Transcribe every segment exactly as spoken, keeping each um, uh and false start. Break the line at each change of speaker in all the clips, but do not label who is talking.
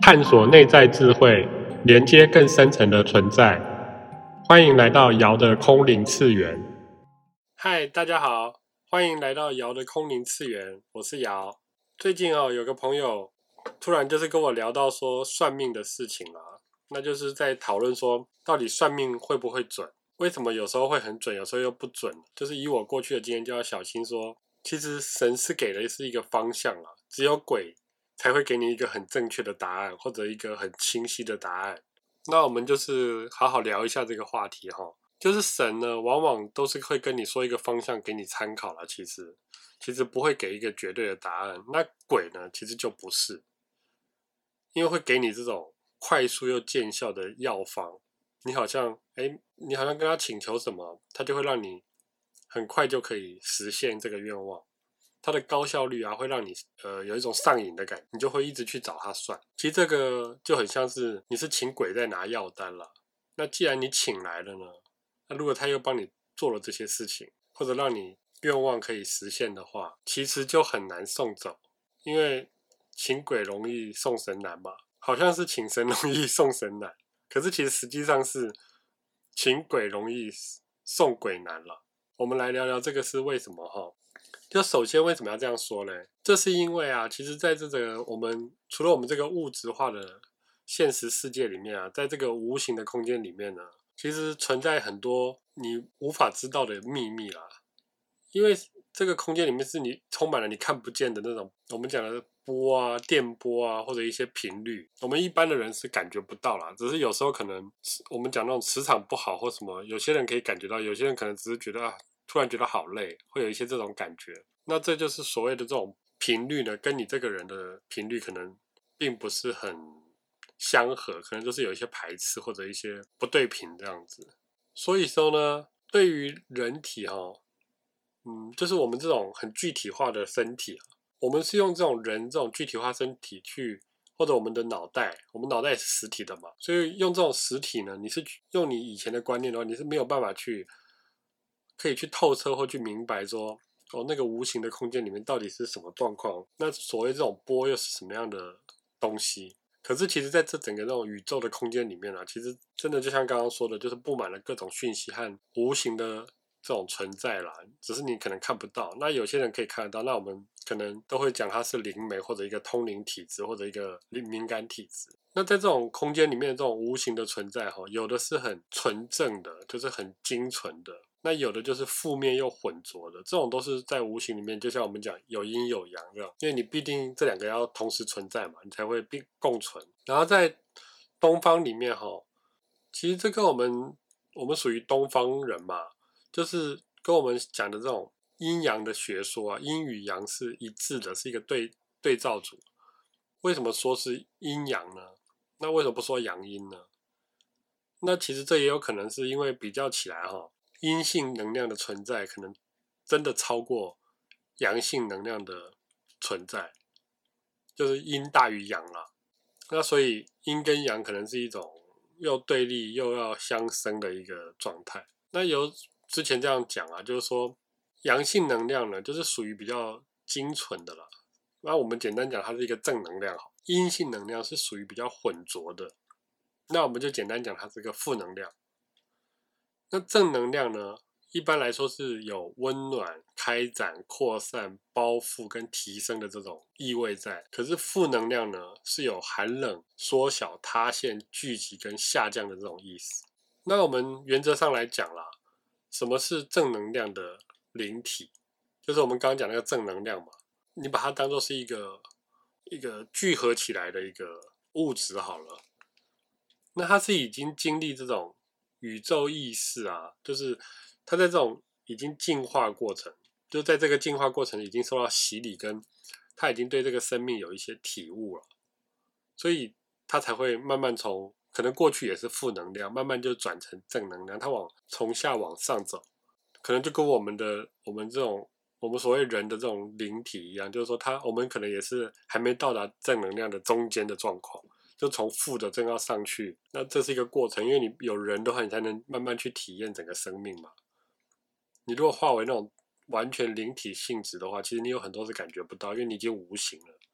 探索内在智慧，连接更深层的存在。欢迎来到瑶的空灵次元。嗨，大家好，欢迎来到瑶的空灵次元，我是瑶。最近哦，有个朋友突然就是跟我聊到说算命的事情啦，那就是在讨论说，到底算命会不会准？为什么有时候会很准，有时候又不准？就是以我过去的经验，就要小心说，其实神是给的是一个方向啦，只有鬼才会给你一个很正确的答案，或者一个很清晰的答案。那我们就是好好聊一下这个话题哈。就是神呢，往往都是会跟你说一个方向，给你参考啦。其实，其实不会给一个绝对的答案。那鬼呢，其实就不是，因为会给你这种快速又见效的药方。你好像，哎，你好像跟他请求什么，他就会让你很快就可以实现这个愿望。它的高效率啊，会让你呃有一种上瘾的感觉，你就会一直去找他算。其实这个就很像是你是请鬼在拿药单啦。那既然你请来了呢，那如果他又帮你做了这些事情，或者让你愿望可以实现的话，其实就很难送走，因为请鬼容易送神难嘛，好像是请神容易送神难，可是其实实际上是请鬼容易送鬼难了。我们来聊聊这个是为什么哈。就首先为什么要这样说呢？这是因为啊，其实在这个我们除了我们这个物质化的现实世界里面啊，在这个无形的空间里面呢，其实存在很多你无法知道的秘密啦。因为这个空间里面是你充满了你看不见的那种我们讲的波啊、电波啊，或者一些频率，我们一般的人是感觉不到啦。只是有时候可能我们讲那种磁场不好或什么，有些人可以感觉到，有些人可能只是觉得啊，突然觉得好累，会有一些这种感觉。那这就是所谓的这种频率呢，跟你这个人的频率可能并不是很相合，可能就是有一些排斥或者一些不对频这样子。所以说呢，对于人体哈、哦，嗯，就是我们这种很具体化的身体啊，我们是用这种人这种具体化身体去，或者我们的脑袋，我们脑袋也是实体的嘛，所以用这种实体呢，你是用你以前的观念的话，你是没有办法去可以去透彻或去明白说，哦，那个无形的空间里面到底是什么状况？那所谓这种波又是什么样的东西？可是其实在这整个那种宇宙的空间里面啊，其实真的就像刚刚说的，就是布满了各种讯息和无形的这种存在啦，只是你可能看不到。那有些人可以看得到，那我们可能都会讲它是灵媒或者一个通灵体质或者一个敏感体质。那在这种空间里面，这种无形的存在哈，有的是很纯正的，就是很精纯的。那有的就是负面又混浊的，这种都是在无形里面，就像我们讲有阴有阳这样，因为你必定这两个要同时存在嘛，你才会并共存。然后在东方里面哈，其实这跟我们我们属于东方人嘛，就是跟我们讲的这种阴阳的学说啊，阴与阳是一致的，是一个对对照组。为什么说是阴阳呢？那为什么不说阳阴呢？那其实这也有可能是因为比较起来哈，阴性能量的存在可能真的超过阳性能量的存在，就是阴大于阳啦。那所以阴跟阳可能是一种又对立又要相生的一个状态。那有之前这样讲啊，就是说阳性能量呢，就是属于比较精纯的啦。那我们简单讲，它是一个正能量好，阴性能量是属于比较浑浊的。那我们就简单讲，它是个负能量。那正能量呢，一般来说是有温暖、开展、扩散、包覆跟提升的这种意味在。可是负能量呢，是有寒冷、缩小、塌陷、聚集跟下降的这种意思。那我们原则上来讲啦，什么是正能量的灵体？就是我们刚刚讲那个正能量嘛，你把它当作是一个一个聚合起来的一个物质好了。那它是已经经历这种宇宙意识啊，就是它在这种已经进化过程，就在这个进化过程已经受到洗礼，跟它已经对这个生命有一些体悟了，所以它才会慢慢从可能过去也是负能量，慢慢就转成正能量，它往从下往上走，可能就跟我们的我们这种我们所谓人的这种灵体一样，就是说它我们可能也是还没到达正能量的中间的状况。就从负的正要上去，那这是一个过程，因为你有人的话，你才能慢慢去体验整个生命嘛。你如果化为那种完全灵体性质的话，其实你有很多是感觉不到，因为你已经无形了。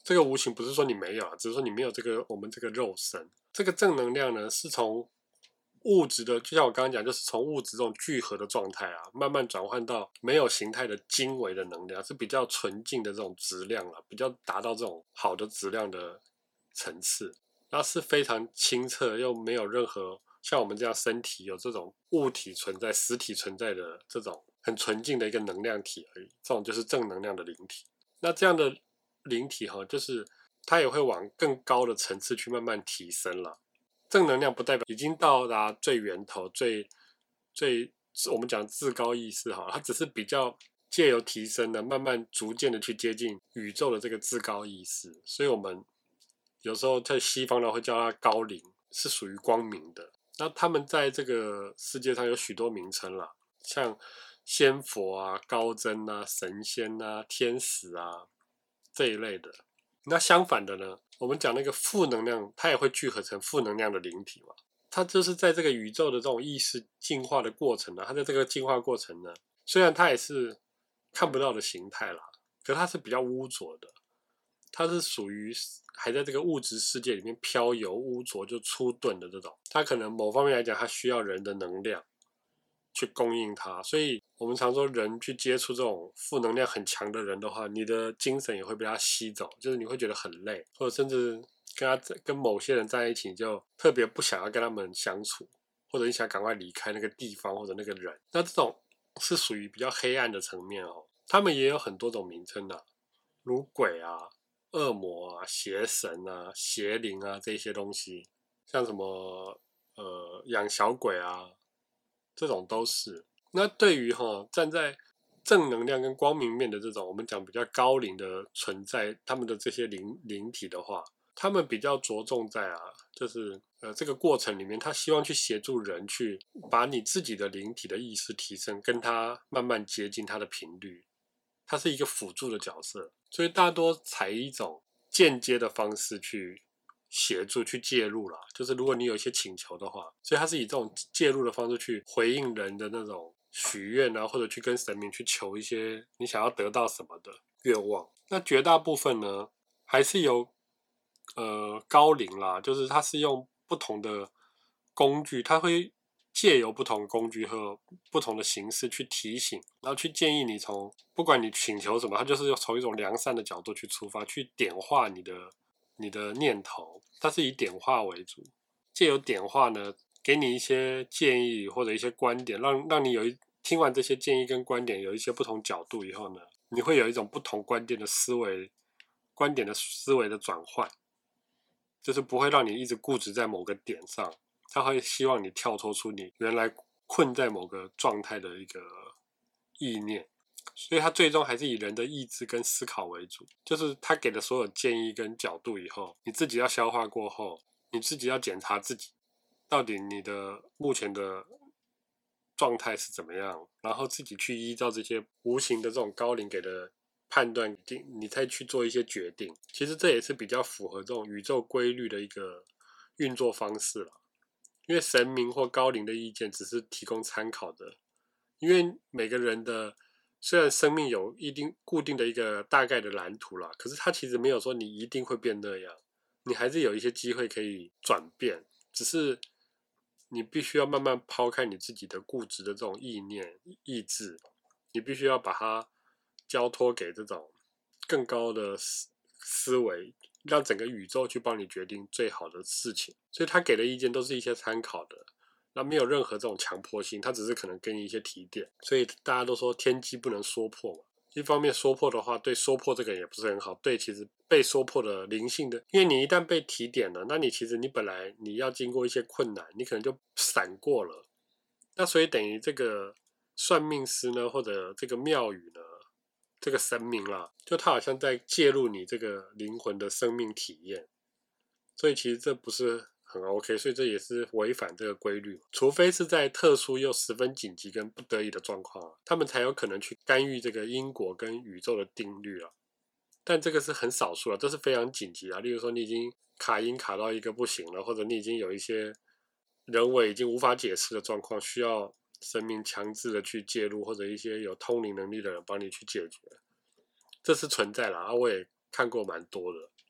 这个无形不是说你没有啊，只是说你没有这个我们这个肉身。这个正能量呢，是从物质的，就像我刚刚讲，就是从物质这种聚合的状态啊，慢慢转换到没有形态的精微的能量，是比较纯净的这种质量啦，比较达到这种好的质量的层次。然后是非常清澈，又没有任何像我们这样身体有这种物体存在、实体存在的这种很纯净的一个能量体而已。这种就是正能量的灵体。那这样的灵体哈，就是它也会往更高的层次去慢慢提升了。正能量不代表已经到达最源头、最最我们讲至高意识哈，它只是比较借由提升呢，慢慢逐渐的去接近宇宙的这个至高意识。所以我们有时候在西方呢会叫它高灵，是属于光明的。那他们在这个世界上有许多名称啦，像仙佛啊、高僧啊、神仙啊、天使啊这一类的。那相反的呢，我们讲那个负能量，它也会聚合成负能量的灵体嘛。它就是在这个宇宙的这种意识进化的过程呢，它在这个进化过程呢，虽然它也是看不到的形态啦，可是它是比较污浊的，它是属于还在这个物质世界里面飘游污浊就粗钝的这种。它可能某方面来讲，它需要人的能量去供应它，所以我们常说人去接触这种负能量很强的人的话，你的精神也会被他吸走，就是你会觉得很累，或者甚至跟他跟某些人在一起，你就特别不想要跟他们相处，或者你想赶快离开那个地方或者那个人。那这种是属于比较黑暗的层面哦，他们也有很多种名称的，如鬼啊、恶魔啊、邪神啊、邪灵啊这些东西，像什么呃养小鬼啊。这种都是。那对于哈站在正能量跟光明面的这种我们讲比较高龄的存在，他们的这些灵灵体的话，他们比较着重在啊，就是呃这个过程里面，他希望去协助人去把你自己的灵体的意识提升，跟他慢慢接近他的频率，它是一个辅助的角色，所以大多采一种间接的方式去协助去介入啦，就是如果你有一些请求的话，所以它是以这种介入的方式去回应人的那种许愿啊，或者去跟神明去求一些你想要得到什么的愿望。那绝大部分呢，还是由呃高龄啦，就是它是用不同的工具，它会借由不同工具和不同的形式去提醒，然后去建议你从不管你请求什么，它就是从一种良善的角度去出发，去点化你的你的念头，它是以点化为主，借由点化呢，给你一些建议或者一些观点，让让你有一听完这些建议跟观点有一些不同角度以后呢，你会有一种不同观点的思维，观点的思维的转换，就是不会让你一直固执在某个点上，他会希望你跳脱出你原来困在某个状态的一个意念。所以他最终还是以人的意志跟思考为主，就是他给的所有建议跟角度以后，你自己要消化过后，你自己要检查自己到底你的目前的状态是怎么样，然后自己去依照这些无形的这种高龄给的判断，你再去做一些决定。其实这也是比较符合这种宇宙规律的一个运作方式了，因为神明或高龄的意见只是提供参考的，因为每个人的虽然生命有一定固定的一个大概的蓝图啦，可是它其实没有说你一定会变那样，你还是有一些机会可以转变，只是你必须要慢慢抛开你自己的固执的这种意念意志，你必须要把它交托给这种更高的思维，让整个宇宙去帮你决定最好的事情。所以他给的意见都是一些参考的，那没有任何这种强迫性，他只是可能给你一些提点。所以大家都说天机不能说破嘛，一方面说破的话，对说破这个人也不是很好，对其实被说破的灵性的，因为你一旦被提点了，那你其实你本来你要经过一些困难，你可能就闪过了。那所以等于这个算命师呢，或者这个庙宇呢，这个神明啦，就他好像在介入你这个灵魂的生命体验，所以其实这不是很 OK， 所以这也是违反这个规律，除非是在特殊又十分紧急跟不得已的状况，他们才有可能去干预这个因果跟宇宙的定律了。但这个是很少数了，这是非常紧急啊。例如说你已经卡音卡到一个不行了，或者你已经有一些人为已经无法解释的状况，需要神明强制的去介入，或者一些有通灵能力的人帮你去解决，这是存在了啊，我也看过蛮多的。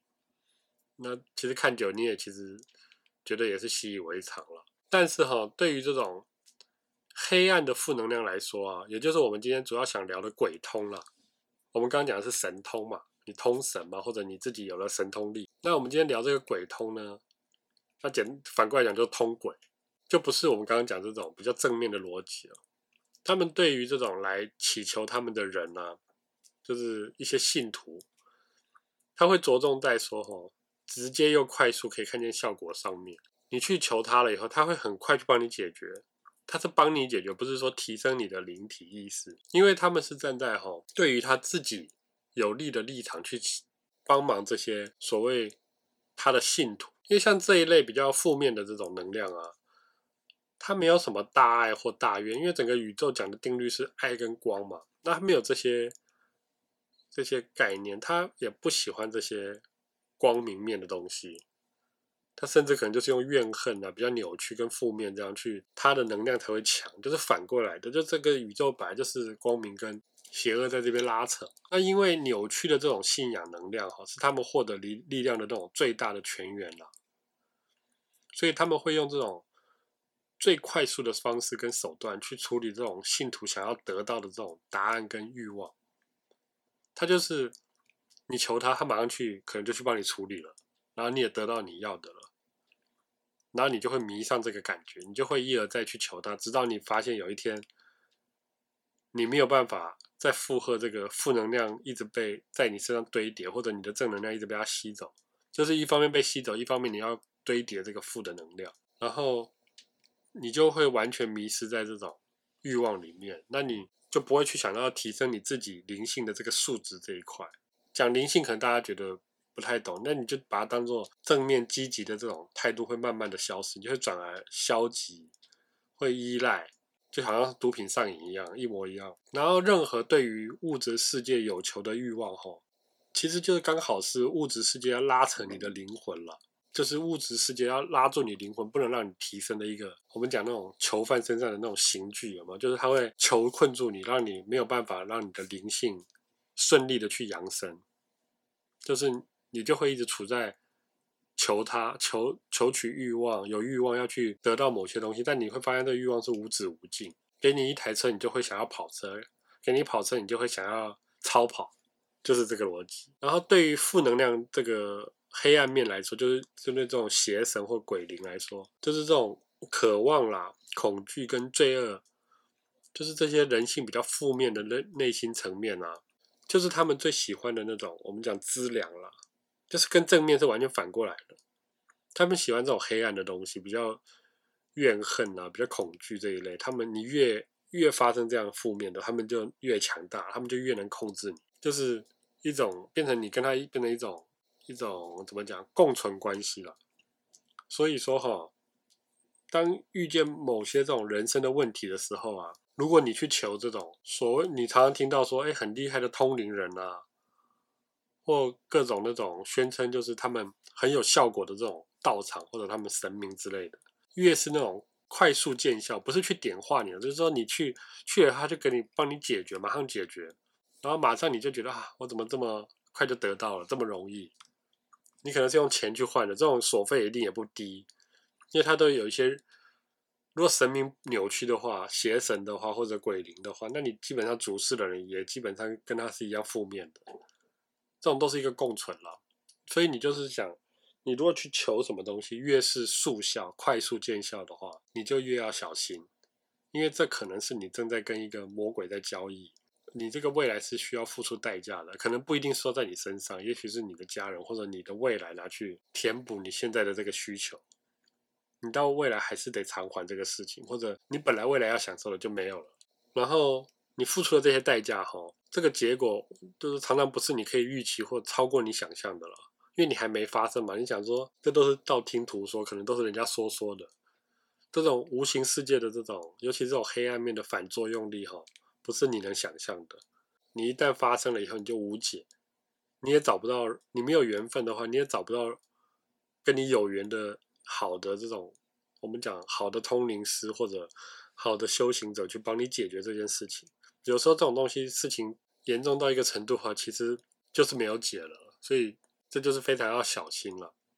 那其实看久你也其实觉得也是习以为常了。但是哈，对于这种黑暗的负能量来说啊，也就是我们今天主要想聊的鬼通啦。我们刚刚讲的是神通嘛，你通神嘛，或者你自己有了神通力。那我们今天聊这个鬼通呢，那简反过来讲就是通鬼，就不是我们刚刚讲这种比较正面的逻辑了。他们对于这种来祈求他们的人啊，就是一些信徒，他会着重在说吼，直接又快速可以看见效果上面。你去求他了以后，他会很快去帮你解决。他是帮你解决，不是说提升你的灵体意识，因为他们是站在吼对于他自己有利的立场去帮忙这些所谓他的信徒。因为像这一类比较负面的这种能量啊，他没有什么大爱或大怨，因为整个宇宙讲的定律是爱跟光嘛，那他没有这些这些概念，他也不喜欢这些光明面的东西。他甚至可能就是用怨恨啊，比较扭曲跟负面这样去，他的能量才会强，就是反过来的。就这个宇宙本来就是光明跟邪恶在这边拉扯，那因为扭曲的这种信仰能量哈，是他们获得力力量的这种最大的泉源啦，所以他们会用这种最快速的方式跟手段去处理这种信徒想要得到的这种答案跟欲望。他就是你求他，他马上去，可能就去帮你处理了，然后你也得到你要的了。然后你就会迷上这个感觉，你就会一而再去求他，直到你发现有一天你没有办法再负荷这个负能量一直被在你身上堆叠，或者你的正能量一直被它吸走，就是一方面被吸走，一方面你要堆叠这个负的能量，然后你就会完全迷失在这种欲望里面，那你就不会去想到提升你自己灵性的这个素质这一块。讲灵性可能大家觉得不太懂，那你就把它当做正面积极的这种态度会慢慢的消失，你就会转而消极，会依赖，就好像毒品上瘾一样，一模一样。然后任何对于物质世界有求的欲望吼，其实就是刚好是物质世界要拉扯你的灵魂了，就是物质世界要拉住你灵魂，不能让你提升的一个，我们讲那种囚犯身上的那种刑具，有没有？就是它会囚困住你，让你没有办法让你的灵性顺利的去扬升，就是你就会一直处在求他求求取欲望，有欲望要去得到某些东西，但你会发现这个欲望是无止无尽。给你一台车，你就会想要跑车；给你跑车，你就会想要超跑，就是这个逻辑。然后对于负能量这个黑暗面来说，就是针对这种邪神或鬼灵来说，就是这种渴望啦、恐惧跟罪恶，就是这些人性比较负面的内内心层面啊。就是他们最喜欢的那种，我们讲资粮啦，就是跟正面是完全反过来的。他们喜欢这种黑暗的东西，比较怨恨啊，比较恐惧这一类。他们你越越发生这样负面的，他们就越强大，他们就越能控制你，就是一种变成你跟他变成一种一种怎么讲共存关系了。所以说哈，当遇见某些这种人生的问题的时候啊，如果你去求这种所谓你常常听到说，哎，很厉害的通灵人啊，或各种那种宣称就是他们很有效果的这种道场或者他们神明之类的，越是那种快速见效，不是去点化你，就是说你去去了，他就给你帮你解决，马上解决，然后马上你就觉得啊，我怎么这么快就得到了，这么容易？你可能是用钱去换的，这种所费一定也不低，因为它都有一些。如果神明扭曲的话，邪神的话，或者鬼灵的话，那你基本上主事的人也基本上跟他是一样负面的，这种都是一个共存了。所以你就是想，你如果去求什么东西，越是速效、快速见效的话，你就越要小心，因为这可能是你正在跟一个魔鬼在交易。你这个未来是需要付出代价的，可能不一定说在你身上，也许是你的家人或者你的未来拿去填补你现在的这个需求。你到未来还是得偿还这个事情，或者你本来未来要享受的就没有了。然后你付出的这些代价齁，这个结果就是常常不是你可以预期或超过你想象的了，因为你还没发生嘛。你想说这都是道听途说，可能都是人家说说的。这种无形世界的这种，尤其这种黑暗面的反作用力齁，不是你能想象的。你一旦发生了以后，你就无解，你也找不到，你没有缘分的话，你也找不到跟你有缘的好的这种，我们讲好的通灵师或者好的修行者去帮你解决这件事情。有时候这种东西事情严重到一个程度的话，其实就是没有解了，所以这就是非常要小心了。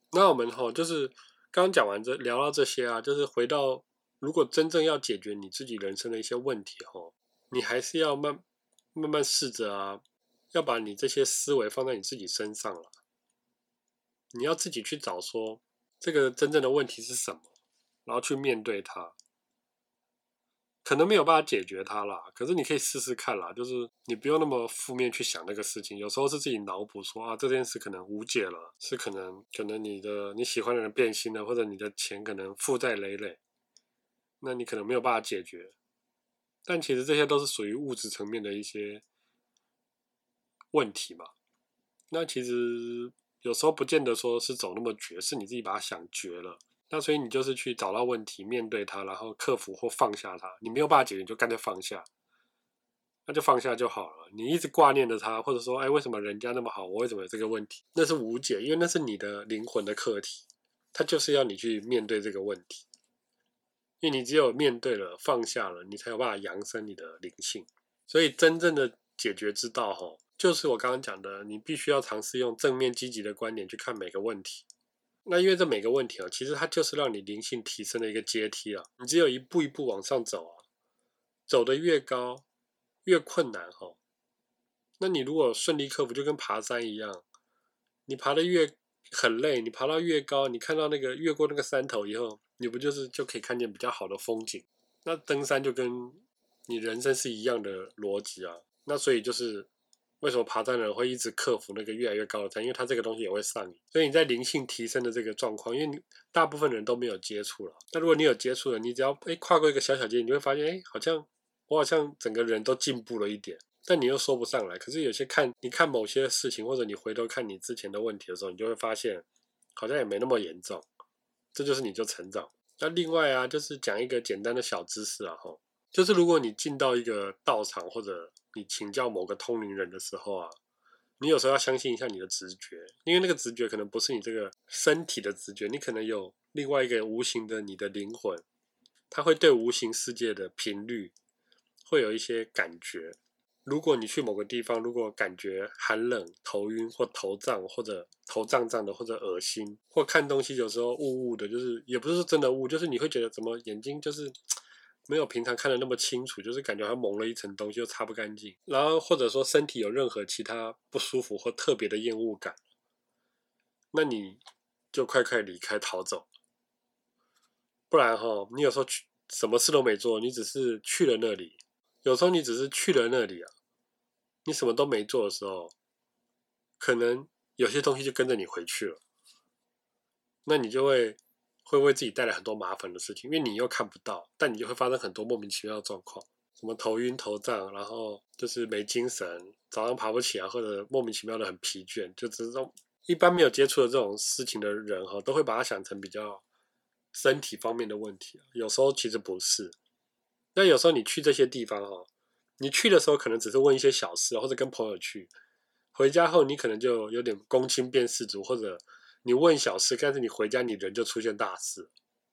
那我们吼就是刚刚讲完这聊到这些啊，就是回到如果真正要解决你自己人生的一些问题吼，你还是要慢慢慢试着啊，要把你这些思维放在你自己身上了。你要自己去找说这个真正的问题是什么，然后去面对它。可能没有办法解决它啦，可是你可以试试看啦，就是你不用那么负面去想那个事情，有时候是自己脑补说啊这件事可能无解了，是可能可能你的你喜欢的人变心了，或者你的钱可能负债累累，那你可能没有办法解决，但其实这些都是属于物质层面的一些问题嘛。那其实有时候不见得说是走那么绝，是你自己把它想绝了。那所以你就是去找到问题，面对它，然后克服或放下它。你没有办法解决，你就干脆放下，那就放下就好了。你一直挂念着它，或者说，哎，为什么人家那么好，我为什么有这个问题？那是无解，因为那是你的灵魂的课题，它就是要你去面对这个问题。因为你只有面对了、放下了，你才有办法扬升你的灵性。所以真正的解决之道，哈，就是我刚刚讲的，你必须要尝试用正面积极的观点去看每个问题。那因为这每个问题啊，其实它就是让你灵性提升的一个阶梯啊。你只有一步一步往上走啊，走得越高，越困难哈。那你如果顺利克服，就跟爬山一样，你爬得越很累，你爬到越高，你看到那个越过那个山头以后，你不就是就可以看见比较好的风景？那登山就跟你人生是一样的逻辑啊。那所以就是为什么爬山的人会一直克服那个越来越高的山，因为他这个东西也会上瘾。所以你在灵性提升的这个状况，因为你大部分人都没有接触了。那如果你有接触了，你只要哎跨过一个小小阶，你就会发现哎，好像我好像整个人都进步了一点。但你又说不上来。可是有些看你看某些事情，或者你回头看你之前的问题的时候，你就会发现好像也没那么严重。这就是你就成长。那另外啊，就是讲一个简单的小知识啊，吼，就是如果你进到一个道场，或者你请教某个通灵人的时候啊，你有时候要相信一下你的直觉，因为那个直觉可能不是你这个身体的直觉，你可能有另外一个无形的你的灵魂，它会对无形世界的频率会有一些感觉。如果你去某个地方，如果感觉寒冷、头晕或头胀，或者头胀胀的，或者恶心，或看东西有时候雾雾的，就是也不是真的雾，就是你会觉得怎么眼睛就是没有平常看的那么清楚，就是感觉它蒙了一层东西又擦不干净，然后或者说身体有任何其他不舒服或特别的厌恶感，那你就快快离开逃走，不然哈，你有时候去什么事都没做，你只是去了那里，有时候你只是去了那里啊。你什么都没做的时候，可能有些东西就跟着你回去了，那你就会会为自己带来很多麻烦的事情，因为你又看不到，但你就会发生很多莫名其妙的状况，什么头晕头胀，然后就是没精神，早上爬不起来，或者莫名其妙的很疲倦，就这种一般没有接触的这种事情的人哈，都会把它想成比较身体方面的问题，有时候其实不是。那有时候你去这些地方哈，你去的时候可能只是问一些小事，或者跟朋友去，回家后你可能就有点公亲变世主，或者你问小事，但是你回家你人就出现大事，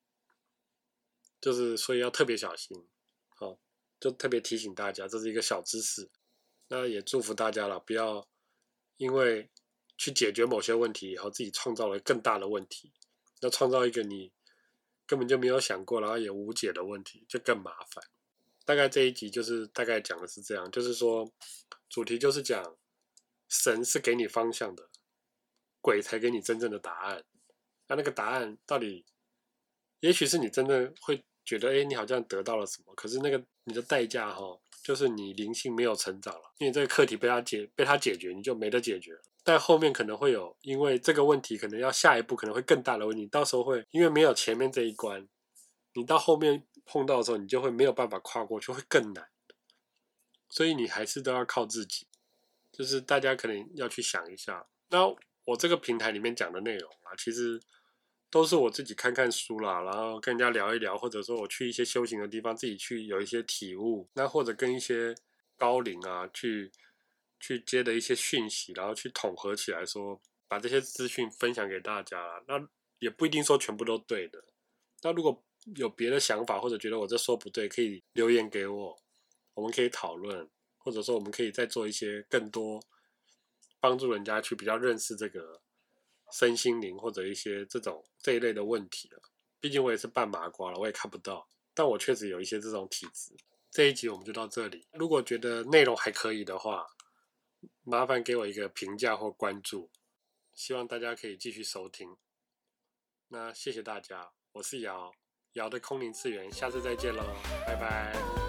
就是所以要特别小心。好，就特别提醒大家，这是一个小知识。那也祝福大家了，不要因为去解决某些问题以后，自己创造了更大的问题，要创造一个你根本就没有想过，然后也无解的问题，就更麻烦。大概这一集就是大概讲的是这样，就是说主题就是讲神是给你方向的，鬼才给你真正的答案。那那个答案到底，也许是你真的会觉得，哎，你好像得到了什么，可是那个你的代价哈、哦，就是你灵性没有成长了，因为这个课题被他解被他解决，你就没得解决了。但后面可能会有，因为这个问题可能要下一步可能会更大的问题，到时候会因为没有前面这一关，你到后面碰到的时候，你就会没有办法跨过去，会更难。所以你还是都要靠自己，就是大家可能要去想一下。那我这个平台里面讲的内容啊，其实都是我自己看看书啦，然后跟人家聊一聊，或者说我去一些修行的地方，自己去有一些体悟，那或者跟一些高龄啊去去接的一些讯息，然后去统合起来说，把这些资讯分享给大家啦。那也不一定说全部都对的，那如果有别的想法，或者觉得我这说不对，可以留言给我，我们可以讨论，或者说我们可以再做一些更多帮助人家去比较认识这个身心灵或者一些这种这一类的问题了。毕竟我也是半麻瓜了，我也看不到，但我确实有一些这种体质。这一集我们就到这里，如果觉得内容还可以的话，麻烦给我一个评价或关注，希望大家可以继续收听。那谢谢大家，我是瑶，瑶的空灵次元，下次再见喽，拜拜。